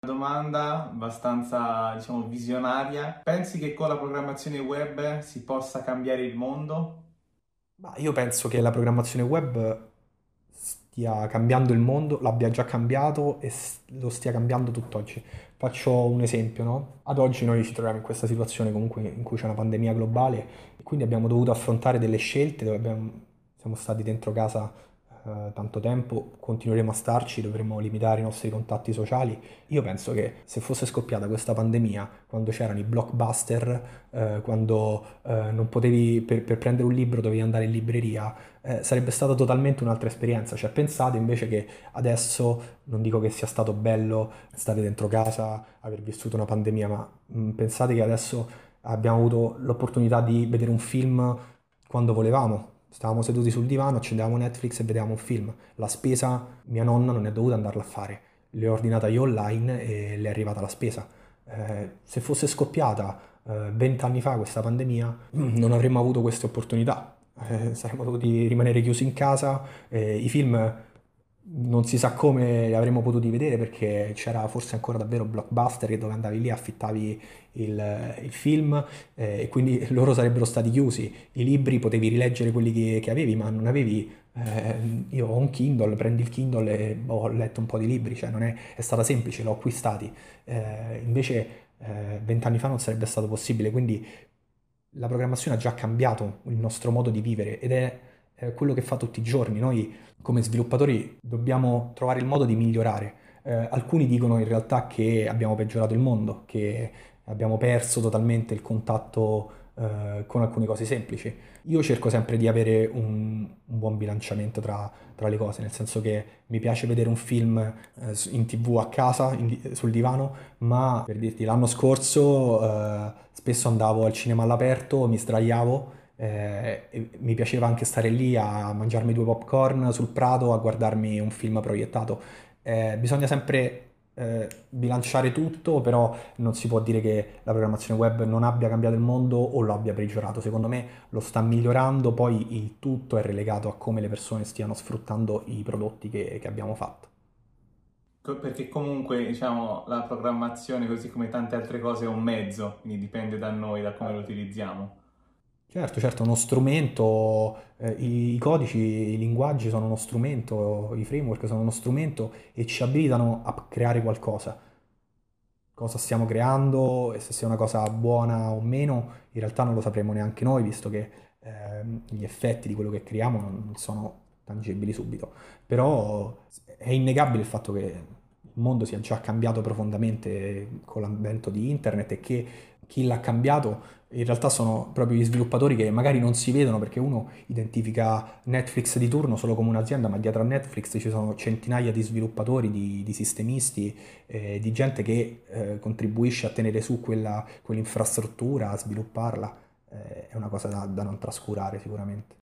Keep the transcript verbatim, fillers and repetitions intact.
Domanda abbastanza, diciamo, visionaria. Pensi che con la programmazione web si possa cambiare il mondo? Ma io penso che la programmazione web stia cambiando il mondo, l'abbia già cambiato e s- lo stia cambiando tutt'oggi. Faccio un esempio, no? Ad oggi noi ci troviamo in questa situazione comunque in cui c'è una pandemia globale e quindi abbiamo dovuto affrontare delle scelte dove abbiamo- siamo stati dentro casa eh, tanto tempo, continueremo a starci, dovremo limitare i nostri contatti sociali. Io penso che se fosse scoppiata questa pandemia, quando c'erano i blockbuster, eh, quando eh, non potevi, per, per prendere un libro dovevi andare in libreria, eh, sarebbe stata totalmente un'altra esperienza. Cioè, pensate invece che adesso, non dico che sia stato bello stare dentro casa, aver vissuto una pandemia, ma mh, pensate che adesso abbiamo avuto l'opportunità di vedere un film quando volevamo. Stavamo seduti sul divano, accendevamo Netflix e vedevamo un film. La spesa mia nonna non è dovuta andarla a fare, le ho ordinata io online e le è arrivata la spesa. Eh, se fosse scoppiata vent'anni fa questa pandemia, non avremmo avuto queste opportunità. Eh, saremmo dovuti rimanere chiusi in casa, eh, i film non si sa come li avremmo potuti vedere perché c'era forse ancora davvero Blockbuster che dove andavi lì, affittavi il, il film eh, e quindi loro sarebbero stati chiusi. I libri potevi rileggere quelli che, che avevi, ma non avevi. Eh, io ho un Kindle, prendi il Kindle e ho letto un po' di libri, cioè non è, è stata semplice, l'ho acquistati. Eh, invece eh, vent'anni fa non sarebbe stato possibile, quindi la programmazione ha già cambiato il nostro modo di vivere ed è eh, quello che fa tutti i giorni. Noi come sviluppatori dobbiamo trovare il modo di migliorare. Eh, alcuni dicono in realtà che abbiamo peggiorato il mondo, che abbiamo perso totalmente il contatto eh, con alcune cose semplici. Io cerco sempre di avere un, un buon bilanciamento tra, tra le cose, nel senso che mi piace vedere un film eh, su- in T V a casa, in di- sul divano, ma per dirti, l'anno scorso eh, spesso andavo al cinema all'aperto, mi sdraiavo eh, e mi piaceva anche stare lì a mangiarmi due popcorn sul prato, a guardarmi un film proiettato. Eh, bisogna sempre eh, bilanciare tutto, però non si può dire che la programmazione web non abbia cambiato il mondo o lo abbia peggiorato. Secondo me lo sta migliorando, poi il tutto è relegato a come le persone stiano sfruttando i prodotti che che abbiamo fatto. Co- Perché comunque, diciamo, la programmazione, così come tante altre cose, è un mezzo, quindi dipende da noi, da come lo utilizziamo. Certo, certo, è uno strumento, eh, i, i codici, i linguaggi sono uno strumento, i framework sono uno strumento e ci abilitano a creare qualcosa. Cosa stiamo creando e se sia una cosa buona o meno, in realtà non lo sapremo neanche noi, visto che ehm, gli effetti di quello che creiamo non non sono tangibili subito. Però è innegabile il fatto che il mondo sia già cambiato profondamente con l'avvento di internet e che chi l'ha cambiato in realtà sono proprio gli sviluppatori che magari non si vedono perché uno identifica Netflix di turno solo come un'azienda, ma dietro a Netflix ci sono centinaia di sviluppatori, di, di sistemisti, eh, di gente che eh, contribuisce a tenere su quella, quell'infrastruttura, a svilupparla. Eh, è una cosa da, da non trascurare sicuramente.